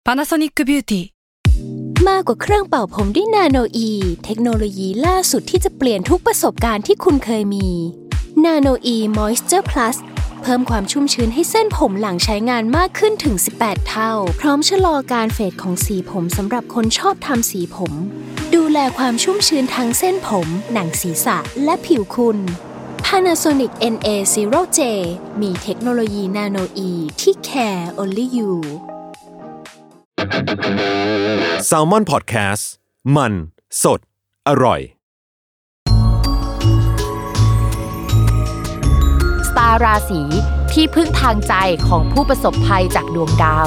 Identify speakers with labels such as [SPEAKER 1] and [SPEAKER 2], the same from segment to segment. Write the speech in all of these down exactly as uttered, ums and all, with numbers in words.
[SPEAKER 1] Panasonic Beauty
[SPEAKER 2] มากกว่าเครื่องเป่าผมด้วยนาโนอีเทคโนโลยีล่าสุดที่จะเปลี่ยนทุกประสบการณ์ที่คุณเคยมีนาโนอีมอยส์เจอร์พลัสเพิ่มความชุ่มชื้นให้เส้นผมหลังใช้งานมากขึ้นถึงสิบแปดเท่าพร้อมชะลอการเฟดของสีผมสำหรับคนชอบทำสีผมดูแลความชุ่มชื้นทั้งเส้นผมหนังศีรษะและผิวคุณ Panasonic เอ็น เอ ศูนย์ เจ มีเทคโนโลยีนาโนอีที่ care only you
[SPEAKER 3] Salmon Podcast มันสดอร่อย
[SPEAKER 4] สตาร์ราศีที่พึ่งทางใจของผู้ประสบภัยจากดวงดาว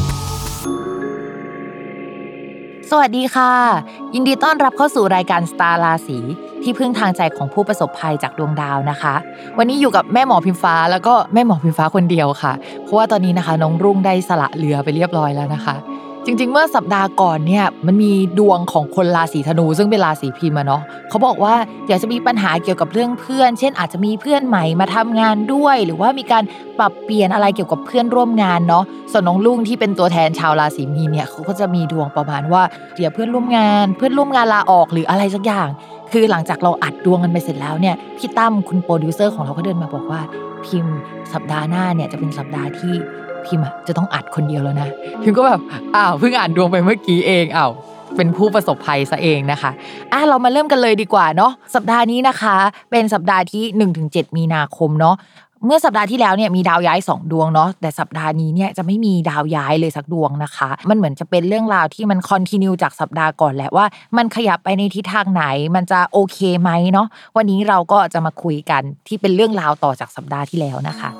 [SPEAKER 4] สวัสดีค่ะยินดีต้อนรับเข้าสู่รายการสตาร์ราศีที่พึ่งทางใจของผู้ประสบภัยจากดวงดาวนะคะวันนี้อยู่กับแม่หมอพิมฟ้าแล้วก็แม่หมอพิมฟ้าคนเดียวค่ะเพราะว่าตอนนี้นะคะน้องรุ่งได้สละเรือไปเรียบร้อยแล้วนะคะจริงๆเมื่อสัปดาห์ก่อนเนี่ยมันมีดวงของคนราศีธนูซึ่งเป็นราศีพิมพ์อะเนาะเขาบอกว่าเดี๋ยวจะมีปัญหาเกี่ยวกับเรื่องเพื่อนเช่นอาจจะมีเพื่อนใหม่มาทำงานด้วยหรือว่ามีการปรับเปลี่ยนอะไรเกี่ยวกับเพื่อนร่วมงานเนาะส่วนน้องลุงที่เป็นตัวแทนชาวราศีมีนเนี่ยเขาก็จะมีดวงประมาณว่าเดี๋ยวเพื่อนร่วมงานเพื่อนร่วมงานลาออกหรืออะไรสักอย่างคือหลังจากเราอัดดวงกันไปเสร็จแล้วเนี่ยพี่ตั้มคุณโปรดิวเซอร์ของเราก็เดินมาบอกว่าพิมพ์สัปดาห์หน้าเนี่ยจะเป็นสัปดาห์ที่พิมจะต้องอัดคนเดียวแล้วนะพิมก็แบบอ้าวเพิ่งอ่านดวงไปเมื่อกี้เองอ้าวเป็นผู้ประสบภัยซะเองนะคะอ่ะเรามาเริ่มกันเลยดีกว่าเนาะสัปดาห์นี้นะคะเป็นสัปดาห์ที่ หนึ่งถึงเจ็ด มีนาคมเนาะเมื่อสัปดาห์ที่แล้วเนี่ยมีดาวย้ายสองดวงเนาะแต่สัปดาห์นี้เนี่ยจะไม่มีดาวย้ายเลยสักดวงนะคะมันเหมือนจะเป็นเรื่องราวที่มันคอนทินิวจากสัปดาห์ก่อนแหละว่ามันขยับไปในทิศทางไหนมันจะโอเคไหมเนาะวันนี้เราก็จะมาคุยกันที่เป็นเรื่องราวต่อจากสัปดาห์ที่แล้วนะคะ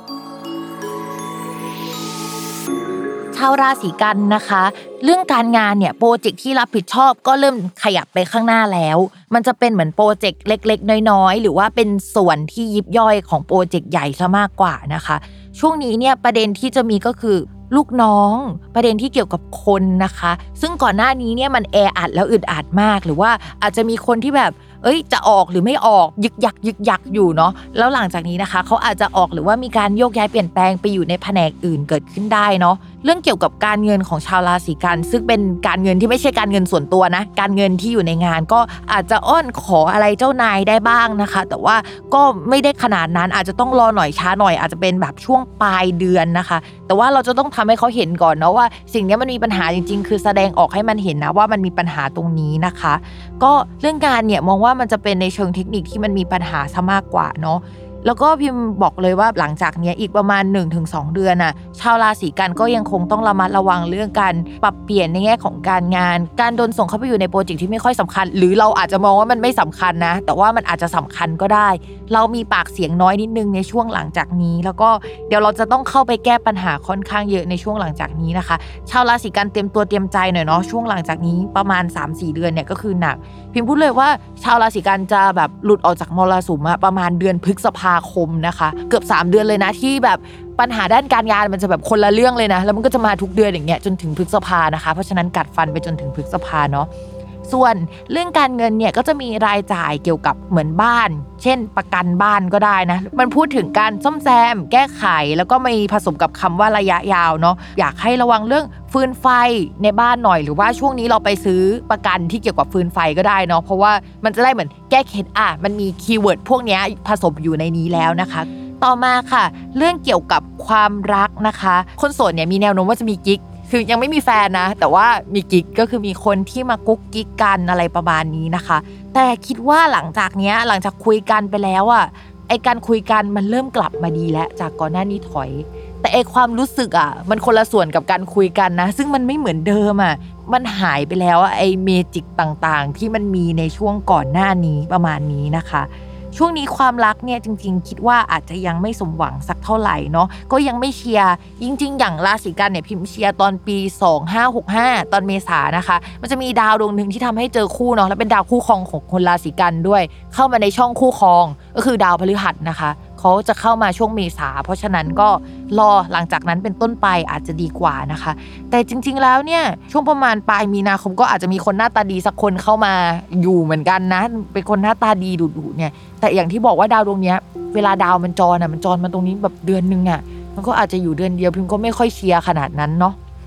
[SPEAKER 4] ชาวราศีกันนะคะเรื่องการงานเนี่ยโปรเจกต์ที่รับผิดชอบก็เริ่มขยับไปข้างหน้าแล้วมันจะเป็นเหมือนโปรเจกต์เล็กๆน้อยๆหรือว่าเป็นส่วนที่ยิบย่อยของโปรเจกต์ใหญ่ซะมากกว่านะคะช่วงนี้เนี่ยประเด็นที่จะมีก็คือลูกน้องประเด็นที่เกี่ยวกับคนนะคะซึ่งก่อนหน้านี้เนี่ยมันแออัดแล้วอึดอัดมากหรือว่าอาจจะมีคนที่แบบเอ้ยจะออกหรือไม่ออกยึกยักยึกยักอยู่เนาะแล้วหลังจากนี้นะคะเขาอาจจะออกหรือว่ามีการโยกย้ายเปลี่ยนแปลงไปอยู่ในแผนกอื่นเกิดขึ้นได้เนาะเรื่องเกี่ยวกับการเงินของชาวราศีกันซึ่งเป็นการเงินที่ไม่ใช่การเงินส่วนตัวนะการเงินที่อยู่ในงานก็อาจจะอ้อนขออะไรเจ้านายได้บ้างนะคะแต่ว่าก็ไม่ได้ขนาดนั้นอาจจะต้องรอหน่อยช้าหน่อยอาจจะเป็นแบบช่วงปลายเดือนนะคะแต่ว่าเราจะต้องทำให้เขาเห็นก่อนเนาะว่าสิ่งนี้มันมีปัญหาจริงๆคือแสดงออกให้มันเห็นนะว่ามันมีปัญหาตรงนี้นะคะก็เรื่องงานเนี่ยมองว่ามันจะเป็นในเชิงเทคนิคที่มันมีปัญหาซะมากกว่าเนาะแล้วก็พิมพ์บอกเลยว่าหลังจากนี้อีกประมาณ หนึ่งถึงสอง เดือนน่ะชาวราศีกันก็ยังคงต้องระมัดระวังเรื่องการปรับเปลี่ยนในแง่ของการงานการโดนส่งเข้าไปอยู่ในโปรเจกต์ที่ไม่ค่อยสำคัญหรือเราอาจจะมองว่ามันไม่สำคัญนะแต่ว่ามันอาจจะสำคัญก็ได้เรามีปากเสียงน้อยนิดนึงในช่วงหลังจากนี้แล้วก็เดี๋ยวเราจะต้องเข้าไปแก้ปัญหาค่อนข้างเยอะในช่วงหลังจากนี้นะคะชาวราศีกันเตรียมตัวเตรียมใจหน่อยเนาะช่วงหลังจากนี้ประมาณ สามถึงสี่ เดือนเนี่ยก็คือหนักพิมพ์พูดเลยว่าชาวราศีกันจะแบบหลุดออกจากมรสุมอะประมาณเดือนพฤษภาคมนะคะเกือบสามเดือนเลยนะที่แบบปัญหาด้านการงานมันจะแบบคนละเรื่องเลยนะแล้วมันก็จะมาทุกเดือนอย่างเงี้ยจนถึงพฤษภานะคะเพราะฉะนั้นกัดฟันไปจนถึงพฤษภาเนาะส่วนเรื่องการเงินเนี่ยก็จะมีรายจ่ายเกี่ยวกับเหมือนบ้านเช่นประกันบ้านก็ได้นะมันพูดถึงการซ่อมแซมแก้ไขแล้วก็มีผสมกับคำว่าระยะยาวเนาะอยากให้ระวังเรื่องฟืนไฟในบ้านหน่อยหรือว่าช่วงนี้เราไปซื้อประกันที่เกี่ยวกับฟืนไฟก็ได้เนาะเพราะว่ามันจะได้เหมือนแก้เคล็ดอ่ะมันมีคีย์เวิร์ดพวกนี้ผสมอยู่ในนี้แล้วนะคะต่อมาค่ะเรื่องเกี่ยวกับความรักนะคะคนโสดเนี่ยมีแนวโน้มว่าจะมีกิ๊กคือยังไม่มีแฟนนะแต่ว่ามีกิ๊กก็คือมีคนที่มากุ๊กกิ๊กกันอะไรประมาณนี้นะคะแต่คิดว่าหลังจากเนี้ยหลังจากคุยกันไปแล้วอ่ะไอการคุยกันมันเริ่มกลับมาดีแล้วจากก่อนหน้านี้ถอยแต่ไอความรู้สึกอ่ะมันคนละส่วนกับการคุยกันนะซึ่งมันไม่เหมือนเดิมอ่ะมันหายไปแล้วไอเมจิกต่างๆที่มันมีในช่วงก่อนหน้านี้ประมาณนี้นะคะช่วงนี้ความรักเนี่ยจริงๆคิดว่าอาจจะยังไม่สมหวังสักเท่าไหร่เนาะก็ยังไม่เชียร์จริงๆอย่างราศีกันเนี่ยพิมพ์เชียร์ตอนปีสองพันห้าร้อยหกสิบห้าตอนเมษายนนะคะมันจะมีดาวดวงนึงที่ทำให้เจอคู่เนาะแล้วเป็นดาวคู่ครองของคนราศีกันด้วยเข้ามาในช่องคู่ครองก็คือดาวพฤหัสนะคะเขาจะเข้ามาช่วงเมษาเพราะฉะนั้นก็รอหลังจากนั้นเป็นต้นไปอาจจะดีกว่านะคะแต่จริงๆแล้วเนี่ยช่วงประมาณปลายมีนาคมก็อาจจะมีคนหน้าตาดีสักคนเข้ามาอยู่เหมือนกันนะเป็นคนหน้าตาดีดุๆเนี่ยแต่อย่างที่บอกว่าดาวดวงเนี้ยเวลาดาวมันจรอ่ะมันจรมาตรงนี้แบบเดือนนึงอ่ะมันก็อาจจะอยู่เดือนเดียวพิมก็ไม่ค่อยเชียร์ขนาดนั้นเนาะ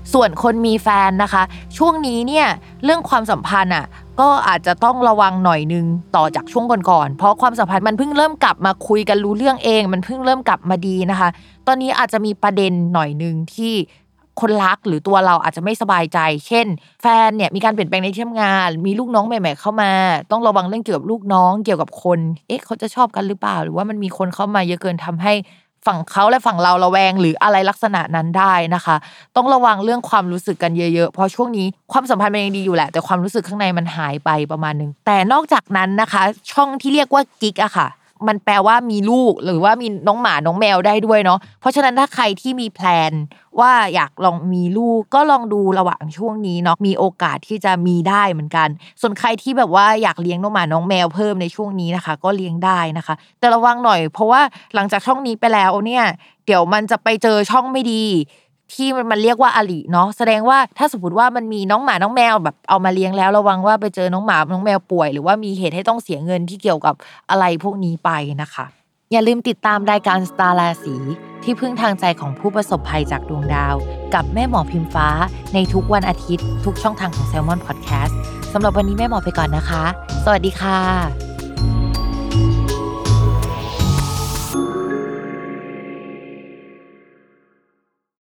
[SPEAKER 4] ส่วนคนมีแฟนนะคะช่วงนี้เนี่ยเรื่องความสัมพันธ์อ่ะก็อาจจะต้องระวังหน่อยนึงต่อจากช่วงก่อนๆเพราะความสัมพันธ์มันเพิ่งเริ่มกลับมาคุยกันรู้เรื่องเองมันเพิ่งเริ่มกลับมาดีนะคะตอนนี้อาจจะมีประเด็นหน่อยนึงที่คนรักหรือตัวเราอาจจะไม่สบายใจเช่นแฟนเนี่ยมีการเปลี่ยนแปลงในที่ทำงานมีลูกน้องใหม่ๆเข้ามาต้องระวังเรื่องเกี่ยวกับลูกน้องเกี่ยวกับคนเอ๊ะเขาจะชอบกันหรือเปล่าหรือว่ามันมีคนเข้ามาเยอะเกินทำให้ฝั่งเขาและฝั่งเราระแวงหรืออะไรลักษณะนั้นได้นะคะต้องระวังเรื่องความรู้สึกกันเยอะๆเพราะช่วงนี้ความสัมพันธ์มันยังดีอยู่แหละแต่ความรู้สึกข้างในมันหายไปประมาณนึงแต่นอกจากนั้นนะคะช่องที่เรียกว่ากิ๊กอะค่ะมันแปลว่ามีลูกหรือว่ามีน้องหมาน้องแมวได้ด้วยเนาะเพราะฉะนั้นถ้าใครที่มีแพลนว่าอยากลองมีลูกก็ลองดูระหว่างช่วงนี้เนาะมีโอกาสที่จะมีได้เหมือนกันส่วนใครที่แบบว่าอยากเลี้ยงน้องหมาน้องแมวเพิ่มในช่วงนี้นะคะก็เลี้ยงได้นะคะแต่ระวังหน่อยเพราะว่าหลังจากช่องนี้ไปแล้วเนี่ยเดี๋ยวมันจะไปเจอช่องไม่ดีที่มันมันเรียกว่าอลิเนาะแสดงว่าถ้าสมมติว่ามันมีน้องหมาน้องแมวแบบเอามาเลี้ยงแล้วระวังว่าไปเจอน้องหมาน้องแมวป่วยหรือว่ามีเหตุให้ต้องเสียเงินที่เกี่ยวกับอะไรพวกนี้ไปนะคะอย่าลืมติดตามรายการสตาร์ราศีที่พึ่งทางใจของผู้ประสบภัยจากดวงดาวกับแม่หมอพิมฟ้าในทุกวันอาทิตย์ทุกช่องทางของ Salmon Podcast สำหรับวันนี้แม่หมอไปก่อนนะคะสวัสดีค่ะ